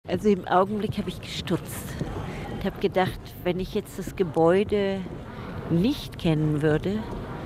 Also im Augenblick habe ich gestutzt und habe gedacht, wenn ich jetzt das Gebäude nicht kennen würde,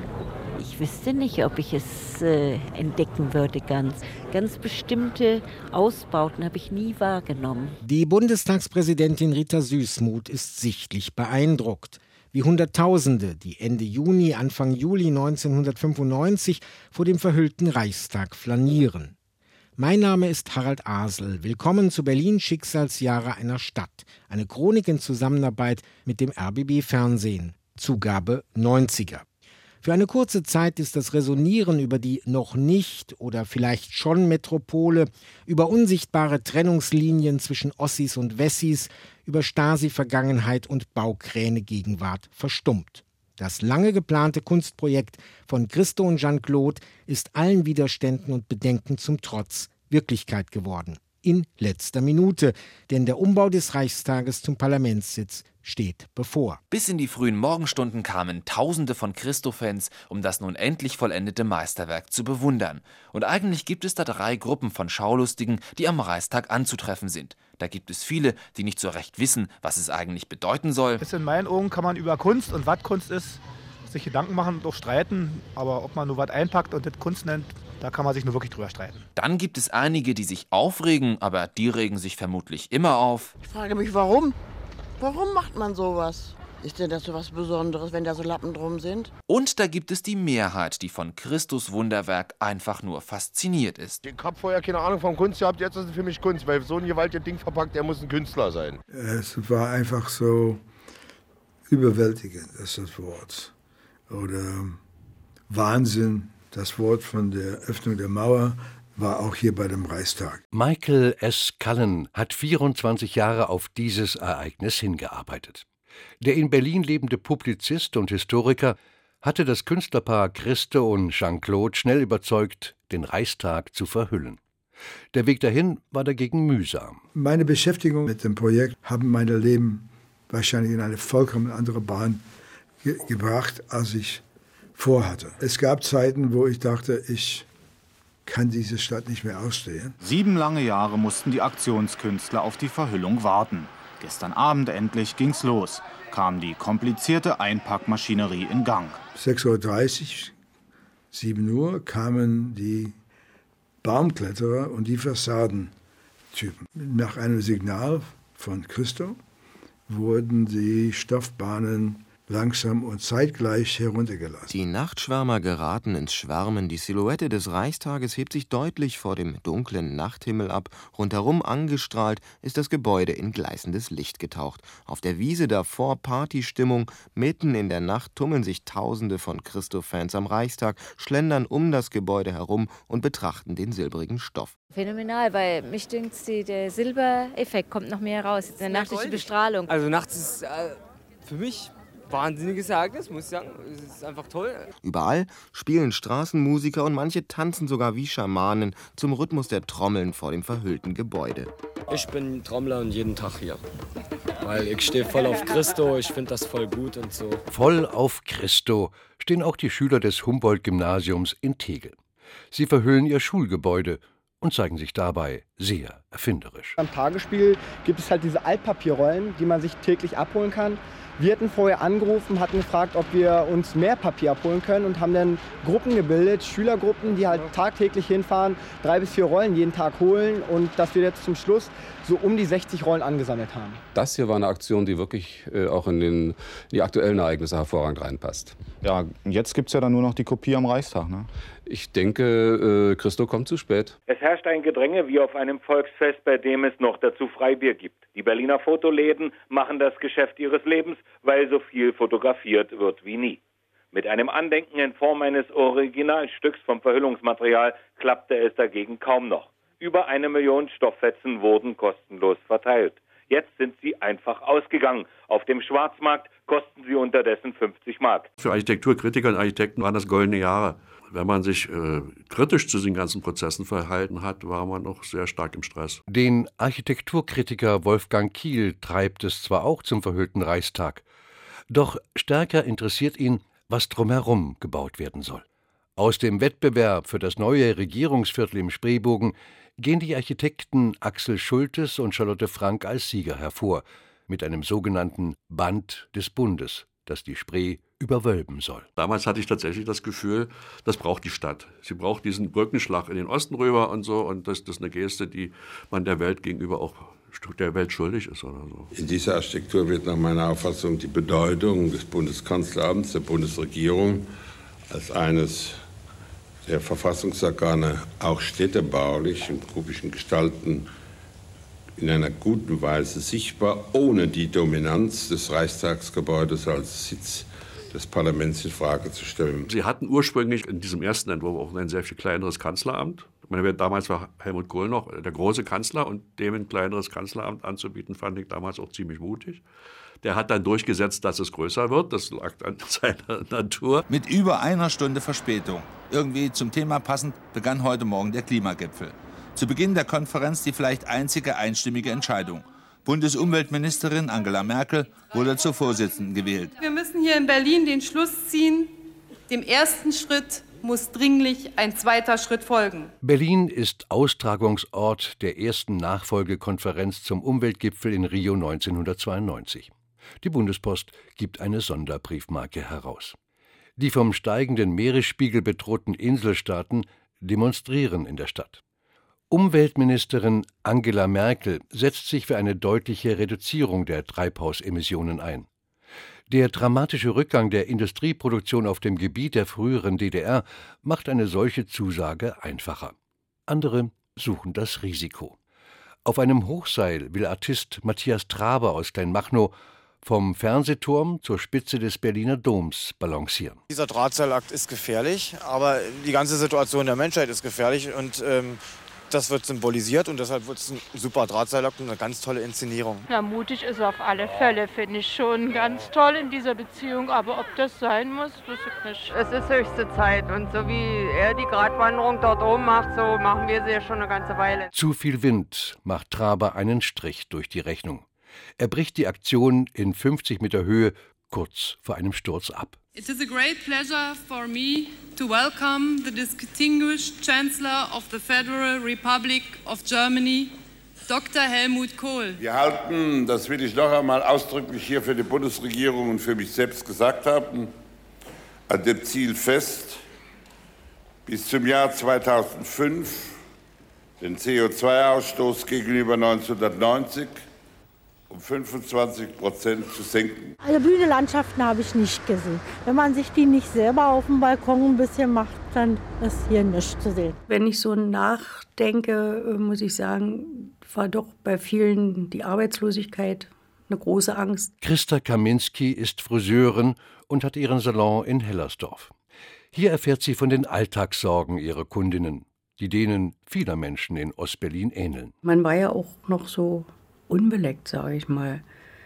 ich wüsste nicht, ob ich es entdecken würde ganz. Ganz bestimmte Ausbauten habe ich nie wahrgenommen. Die Bundestagspräsidentin Rita Süssmuth ist sichtlich beeindruckt. Wie Hunderttausende, die Ende Juni, Anfang Juli 1995 vor dem verhüllten Reichstag flanieren. Mein Name ist Harald Asel. Willkommen zu Berlin Schicksalsjahre einer Stadt. Eine Chronik in Zusammenarbeit mit dem RBB Fernsehen. Zugabe 90er. Für eine kurze Zeit ist das Resonieren über die noch nicht oder vielleicht schon Metropole, über unsichtbare Trennungslinien zwischen Ossis und Wessis, über Stasi-Vergangenheit und Baukräne-Gegenwart verstummt. Das lange geplante Kunstprojekt von Christo und Jeanne-Claude ist allen Widerständen und Bedenken zum Trotz Wirklichkeit geworden. In letzter Minute, denn der Umbau des Reichstages zum Parlamentssitz steht bevor. Bis in die frühen Morgenstunden kamen Tausende von Christo-Fans, um das nun endlich vollendete Meisterwerk zu bewundern. Und eigentlich gibt es da 3 Gruppen von Schaulustigen, die am Reichstag anzutreffen sind. Da gibt es viele, die nicht so recht wissen, was es eigentlich bedeuten soll. In meinen Augen kann man über Kunst und was Kunst ist, sich Gedanken machen und auch streiten. Aber ob man nur was einpackt und das Kunst nennt, da kann man sich nur wirklich drüber streiten. Dann gibt es einige, die sich aufregen, aber die regen sich vermutlich immer auf. Ich frage mich, warum? Warum macht man sowas? Ist denn das so was Besonderes, wenn da so Lappen drum sind? Und da gibt es die Mehrheit, die von Christus Wunderwerk einfach nur fasziniert ist. Ich habe vorher keine Ahnung von Kunst gehabt, jetzt ist es für mich Kunst, weil so ein gewaltiges Ding verpackt, der muss ein Künstler sein. Es war einfach so überwältigend, ist das Wort. Oder Wahnsinn, das Wort von der Öffnung der Mauer, war auch hier bei dem Reichstag. Michael S. Cullen hat 24 Jahre auf dieses Ereignis hingearbeitet. Der in Berlin lebende Publizist und Historiker hatte das Künstlerpaar Christo und Jeanne-Claude schnell überzeugt, den Reichstag zu verhüllen. Der Weg dahin war dagegen mühsam. Meine Beschäftigung mit dem Projekt haben mein Leben wahrscheinlich in eine vollkommen andere Bahn gebracht, als ich vorhatte. Es gab Zeiten, wo ich dachte, ich kann diese Stadt nicht mehr ausstehen. 7 lange Jahre mussten die Aktionskünstler auf die Verhüllung warten. Gestern Abend endlich ging's los, kam die komplizierte Einpackmaschinerie in Gang. 6:30 Uhr, 7 Uhr kamen die Baumkletterer und die Fassadentypen. Nach einem Signal von Christo wurden die Stoffbahnen langsam und zeitgleich heruntergelassen. Die Nachtschwärmer geraten ins Schwärmen. Die Silhouette des Reichstages hebt sich deutlich vor dem dunklen Nachthimmel ab. Rundherum angestrahlt ist das Gebäude in gleißendes Licht getaucht. Auf der Wiese davor Partystimmung. Mitten in der Nacht tummeln sich Tausende von Christo-Fans am Reichstag, schlendern um das Gebäude herum und betrachten den silbrigen Stoff. Phänomenal, weil mich dünkt, der Silbereffekt kommt noch mehr raus. Eine nachtliche Bestrahlung. Also nachts ist für mich wahnsinniges Ereignis, muss ich sagen. Es ist einfach toll. Überall spielen Straßenmusiker und manche tanzen sogar wie Schamanen zum Rhythmus der Trommeln vor dem verhüllten Gebäude. Ich bin Trommler und jeden Tag hier. Weil ich stehe voll auf Christo, ich finde das voll gut und so. Voll auf Christo stehen auch die Schüler des Humboldt-Gymnasiums in Tegel. Sie verhüllen ihr Schulgebäude und zeigen sich dabei sehr erfinderisch. Am Tagesspiel gibt es halt diese Altpapierrollen, die man sich täglich abholen kann. Wir hatten vorher angerufen, hatten gefragt, ob wir uns mehr Papier abholen können und haben dann Gruppen gebildet, Schülergruppen, die halt tagtäglich hinfahren, 3 bis 4 Rollen jeden Tag holen und dass wir jetzt zum Schluss so um die 60 Rollen angesammelt haben. Das hier war eine Aktion, die wirklich auch in die aktuellen Ereignisse hervorragend reinpasst. Ja, jetzt gibt es ja dann nur noch die Kopie am Reichstag, ne? Ich denke, Christo kommt zu spät. Es herrscht ein Gedränge wie auf einem Volksfest, bei dem es noch dazu Freibier gibt. Die Berliner Fotoläden machen das Geschäft ihres Lebens, weil so viel fotografiert wird wie nie. Mit einem Andenken in Form eines Originalstücks vom Verhüllungsmaterial klappte es dagegen kaum noch. Über 1 Million Stofffetzen wurden kostenlos verteilt. Jetzt sind sie einfach ausgegangen. Auf dem Schwarzmarkt kosten sie unterdessen 50 Mark. Für Architekturkritiker und Architekten waren das goldene Jahre. Wenn man sich kritisch zu den ganzen Prozessen verhalten hat, war man noch sehr stark im Stress. Den Architekturkritiker Wolfgang Kiel treibt es zwar auch zum verhüllten Reichstag, doch stärker interessiert ihn, was drumherum gebaut werden soll. Aus dem Wettbewerb für das neue Regierungsviertel im Spreebogen gehen die Architekten Axel Schultes und Charlotte Frank als Sieger hervor, mit einem sogenannten Band des Bundes, das die Spree überwölben soll. Damals hatte ich tatsächlich das Gefühl, das braucht die Stadt. Sie braucht diesen Brückenschlag in den Osten rüber und so. Und das ist eine Geste, die man der Welt gegenüber auch der Welt schuldig ist oder so. In dieser Architektur wird nach meiner Auffassung die Bedeutung des Bundeskanzleramts, der Bundesregierung, als eines der Verfassungsorgane auch städtebaulich und gruppischen Gestalten in einer guten Weise sichtbar, ohne die Dominanz des Reichstagsgebäudes als Sitz des Parlaments in Frage zu stellen. Sie hatten ursprünglich in diesem ersten Entwurf auch ein sehr viel kleineres Kanzleramt. Ich meine, damals war Helmut Kohl noch der große Kanzler und dem ein kleineres Kanzleramt anzubieten, fand ich damals auch ziemlich mutig. Der hat dann durchgesetzt, dass es größer wird. Das lag an seiner Natur. Mit über einer Stunde Verspätung, irgendwie zum Thema passend, begann heute Morgen der Klimagipfel. Zu Beginn der Konferenz die vielleicht einzige einstimmige Entscheidung. Bundesumweltministerin Angela Merkel wurde zur Vorsitzenden gewählt. Wir müssen hier in Berlin den Schluss ziehen, dem ersten Schritt muss dringlich ein zweiter Schritt folgen. Berlin ist Austragungsort der ersten Nachfolgekonferenz zum Umweltgipfel in Rio 1992. Die Bundespost gibt eine Sonderbriefmarke heraus. Die vom steigenden Meeresspiegel bedrohten Inselstaaten demonstrieren in der Stadt. Umweltministerin Angela Merkel setzt sich für eine deutliche Reduzierung der Treibhausemissionen ein. Der dramatische Rückgang der Industrieproduktion auf dem Gebiet der früheren DDR macht eine solche Zusage einfacher. Andere suchen das Risiko. Auf einem Hochseil will Artist Matthias Traber aus Kleinmachnow vom Fernsehturm zur Spitze des Berliner Doms balancieren. Dieser Drahtseilakt ist gefährlich, aber die ganze Situation der Menschheit ist gefährlich und das wird symbolisiert und deshalb wird es ein super Drahtseilakt und eine ganz tolle Inszenierung. Na, mutig ist auf alle Fälle, finde ich schon ganz toll in dieser Beziehung. Aber ob das sein muss, weiß ich nicht. Es ist höchste Zeit und so wie er die Gratwanderung dort oben macht, so machen wir sie ja schon eine ganze Weile. Zu viel Wind macht Traber einen Strich durch die Rechnung. Er bricht die Aktion in 50 Meter Höhe kurz vor einem Sturz ab. It is a great pleasure for me to welcome the distinguished Chancellor of the Federal Republic of Germany, Dr. Helmut Kohl. Wir halten, das will ich noch einmal ausdrücklich hier für die Bundesregierung und für mich selbst gesagt haben, an dem Ziel fest, bis zum Jahr 2005 den CO2-Ausstoß gegenüber 1990 um 25% zu senken. Also Bühnelandschaften habe ich nicht gesehen. Wenn man sich die nicht selber auf dem Balkon ein bisschen macht, dann ist hier nichts zu sehen. Wenn ich so nachdenke, muss ich sagen, war doch bei vielen die Arbeitslosigkeit eine große Angst. Christa Kaminski ist Friseurin und hat ihren Salon in Hellersdorf. Hier erfährt sie von den Alltagssorgen ihrer Kundinnen, die denen vieler Menschen in Ostberlin ähneln. Man war ja auch noch so unbeleckt, sage ich mal,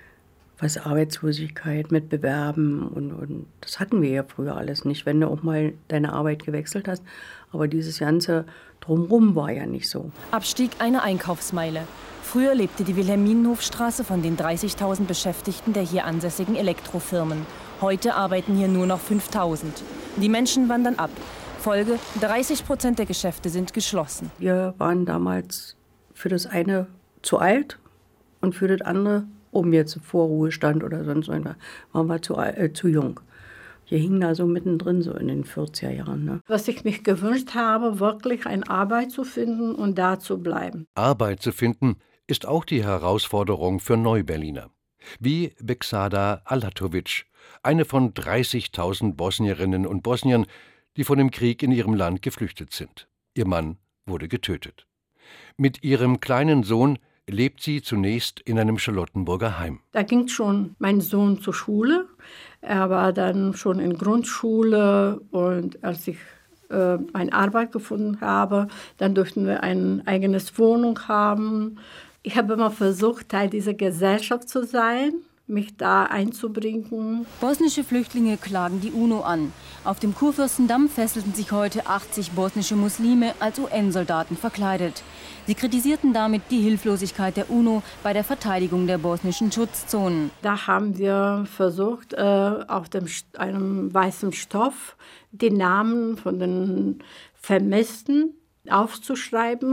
was Arbeitslosigkeit mit Bewerben und das hatten wir ja früher alles nicht, wenn du auch mal deine Arbeit gewechselt hast. Aber dieses ganze Drumherum war ja nicht so. Abstieg einer Einkaufsmeile. Früher lebte die Wilhelminenhofstraße von den 30.000 Beschäftigten der hier ansässigen Elektrofirmen. Heute arbeiten hier nur noch 5.000. Die Menschen wandern ab. Folge: 30% der Geschäfte sind geschlossen. Wir waren damals für das eine zu alt und für das andere, jetzt Vorruhestand oder sonst irgendwas, waren wir zu jung. Wir hingen da so mittendrin, so in den 40er Jahren. Ne? Was ich mich gewünscht habe, wirklich eine Arbeit zu finden und da zu bleiben. Arbeit zu finden ist auch die Herausforderung für Neuberliner. Wie Beksada Alatovic, eine von 30.000 Bosnierinnen und Bosniern, die von dem Krieg in ihrem Land geflüchtet sind. Ihr Mann wurde getötet. Mit ihrem kleinen Sohn lebt sie zunächst in einem Charlottenburger Heim. Da ging schon mein Sohn zur Schule. Er war dann schon in Grundschule und als ich eine Arbeit gefunden habe, dann durften wir eine eigene Wohnung haben. Ich habe immer versucht, Teil dieser Gesellschaft zu sein, mich da einzubringen. Bosnische Flüchtlinge klagen die UNO an. Auf dem Kurfürstendamm fesselten sich heute 80 bosnische Muslime als UN-Soldaten verkleidet. Sie kritisierten damit die Hilflosigkeit der UNO bei der Verteidigung der bosnischen Schutzzonen. Da haben wir versucht, auf einem weißen Stoff die Namen von den Vermissten aufzuschreiben.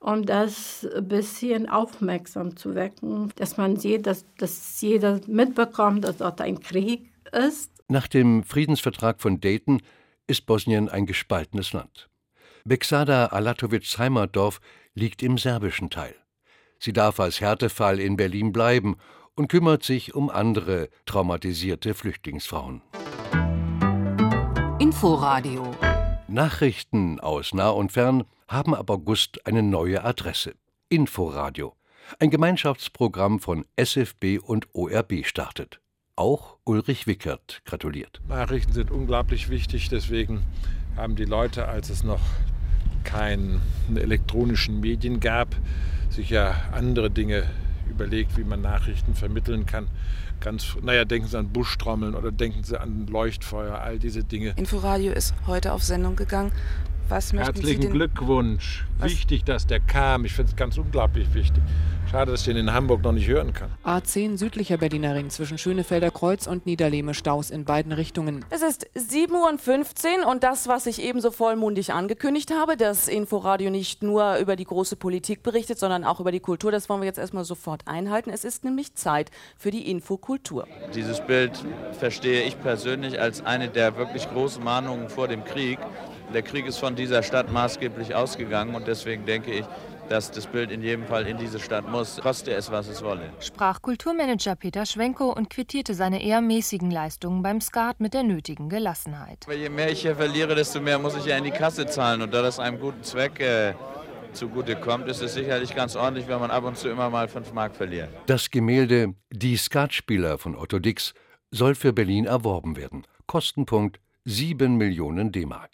um das ein bisschen aufmerksam zu wecken, dass man sieht, dass jeder mitbekommt, dass dort ein Krieg ist. Nach dem Friedensvertrag von Dayton ist Bosnien ein gespaltenes Land. Beksada Alatovics Heimatdorf liegt im serbischen Teil. Sie darf als Härtefall in Berlin bleiben und kümmert sich um andere traumatisierte Flüchtlingsfrauen. Inforadio. Nachrichten aus nah und fern haben ab August eine neue Adresse. Inforadio. Ein Gemeinschaftsprogramm von SFB und ORB startet. Auch Ulrich Wickert gratuliert. Nachrichten sind unglaublich wichtig, deswegen haben die Leute, als es noch keine elektronischen Medien gab, sich ja andere Dinge überlegt, wie man Nachrichten vermitteln kann. Denken Sie an Buschtrommeln oder denken Sie an Leuchtfeuer, all diese Dinge. Inforadio ist heute auf Sendung gegangen. Was möchten Herzlichen Sie denn? Glückwunsch. Wichtig, dass der kam. Ich finde es ganz unglaublich wichtig. Schade, dass ich den in Hamburg noch nicht hören kann. A10 südlicher Berliner Ring zwischen Schönefelder Kreuz und Niederlehme Staus in beiden Richtungen. Es ist 7:15 Uhr und das, was ich ebenso vollmundig angekündigt habe, dass Inforadio nicht nur über die große Politik berichtet, sondern auch über die Kultur, das wollen wir jetzt erstmal sofort einhalten. Es ist nämlich Zeit für die Infokultur. Dieses Bild verstehe ich persönlich als eine der wirklich großen Mahnungen vor dem Krieg. Der Krieg ist von dieser Stadt maßgeblich ausgegangen und deswegen denke ich, dass das Bild in jedem Fall in diese Stadt muss, koste es, was es wolle. Sprach Kulturmanager Peter Schwenko und quittierte seine eher mäßigen Leistungen beim Skat mit der nötigen Gelassenheit. Je mehr ich hier verliere, desto mehr muss ich ja in die Kasse zahlen und da das einem guten Zweck zugute kommt, ist es sicherlich ganz ordentlich, wenn man ab und zu immer mal 5 Mark verliert. Das Gemälde Die Skatspieler von Otto Dix soll für Berlin erworben werden. Kostenpunkt 7 Millionen D-Mark.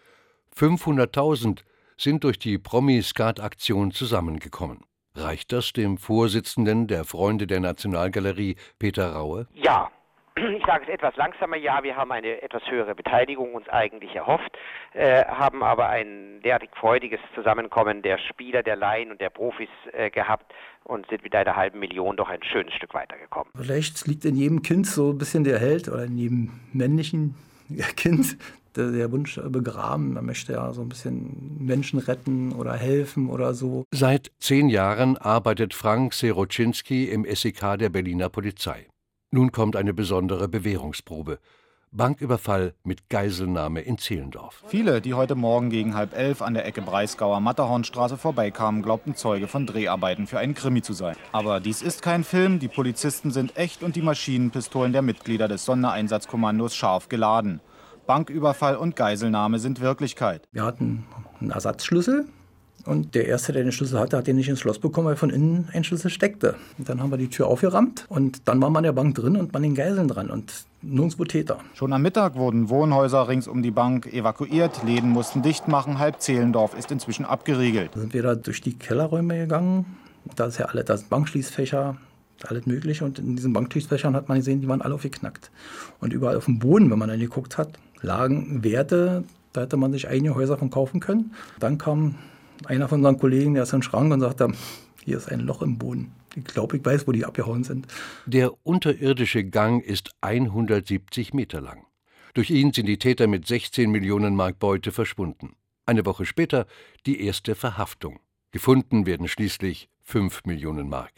500.000 sind durch die Promi-Skat-Aktion zusammengekommen. Reicht das dem Vorsitzenden der Freunde der Nationalgalerie, Peter Raue? Ja. Ich sage es etwas langsamer, ja, wir haben eine etwas höhere Beteiligung uns eigentlich erhofft, haben aber ein derartig freudiges Zusammenkommen der Spieler, der Laien und der Profis gehabt und sind mit einer halben Million doch ein schönes Stück weitergekommen. Vielleicht liegt in jedem Kind so ein bisschen der Held oder in jedem männlichen Kind der Wunsch begraben. Man möchte ja so ein bisschen Menschen retten oder helfen oder so. Seit 10 Jahren arbeitet Frank Seroczynski im SEK der Berliner Polizei. Nun kommt eine besondere Bewährungsprobe. Banküberfall mit Geiselnahme in Zehlendorf. Viele, die heute Morgen gegen 10:30 an der Ecke Breisgauer Matterhornstraße vorbeikamen, glaubten Zeuge von Dreharbeiten für einen Krimi zu sein. Aber dies ist kein Film, die Polizisten sind echt und die Maschinenpistolen der Mitglieder des Sondereinsatzkommandos scharf geladen. Banküberfall und Geiselnahme sind Wirklichkeit. Wir hatten einen Ersatzschlüssel und der Erste, der den Schlüssel hatte, hat den nicht ins Schloss bekommen, weil von innen ein Schlüssel steckte. Und dann haben wir die Tür aufgerammt und dann war man an der Bank drin und man den Geiseln dran und nirgendwo Täter. Schon am Mittag wurden Wohnhäuser rings um die Bank evakuiert, Läden mussten dicht machen, halb Zehlendorf ist inzwischen abgeriegelt. Da sind wir da durch die Kellerräume gegangen, da ist ja alles, da sind Bankschließfächer, alles mögliche und in diesen Bankschließfächern hat man gesehen, die waren alle aufgeknackt. Und überall auf dem Boden, wenn man dann geguckt hat, lagen Werte, da hätte man sich einige Häuser von kaufen können. Dann kam einer von unseren Kollegen, der ist im Schrank und sagte, hier ist ein Loch im Boden. Ich glaube, ich weiß, wo die abgehauen sind. Der unterirdische Gang ist 170 Meter lang. Durch ihn sind die Täter mit 16 Millionen Mark Beute verschwunden. Eine Woche später die erste Verhaftung. Gefunden werden schließlich 5 Millionen Mark.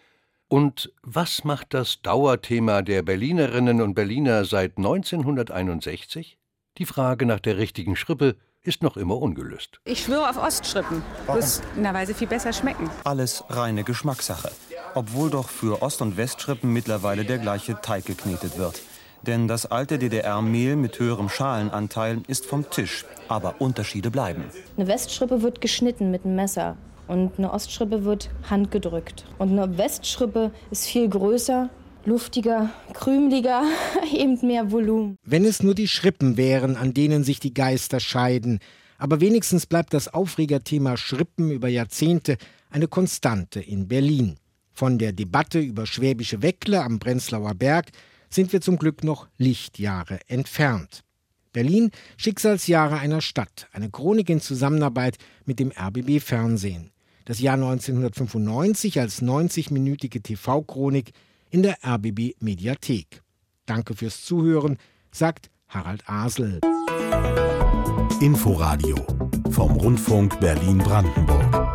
Und was macht das Dauerthema der Berlinerinnen und Berliner seit 1961? Die Frage nach der richtigen Schrippe ist noch immer ungelöst. Ich schwöre auf Ostschrippen. Weil sie viel besser schmecken. Alles reine Geschmackssache. Obwohl doch für Ost- und Westschrippen mittlerweile der gleiche Teig geknetet wird. Denn das alte DDR-Mehl mit höherem Schalenanteil ist vom Tisch. Aber Unterschiede bleiben. Eine Westschrippe wird geschnitten mit einem Messer. Und eine Ostschrippe wird handgedrückt. Und eine Westschrippe ist viel größer, luftiger, krümeliger, eben mehr Volumen. Wenn es nur die Schrippen wären, an denen sich die Geister scheiden. Aber wenigstens bleibt das Aufregerthema Schrippen über Jahrzehnte eine Konstante in Berlin. Von der Debatte über schwäbische Weckle am Prenzlauer Berg sind wir zum Glück noch Lichtjahre entfernt. Berlin, Schicksalsjahre einer Stadt, eine Chronik in Zusammenarbeit mit dem RBB Fernsehen. Das Jahr 1995 als 90-minütige TV-Chronik in der RBB Mediathek. Danke fürs Zuhören, sagt Harald Asel. Inforadio vom Rundfunk Berlin-Brandenburg.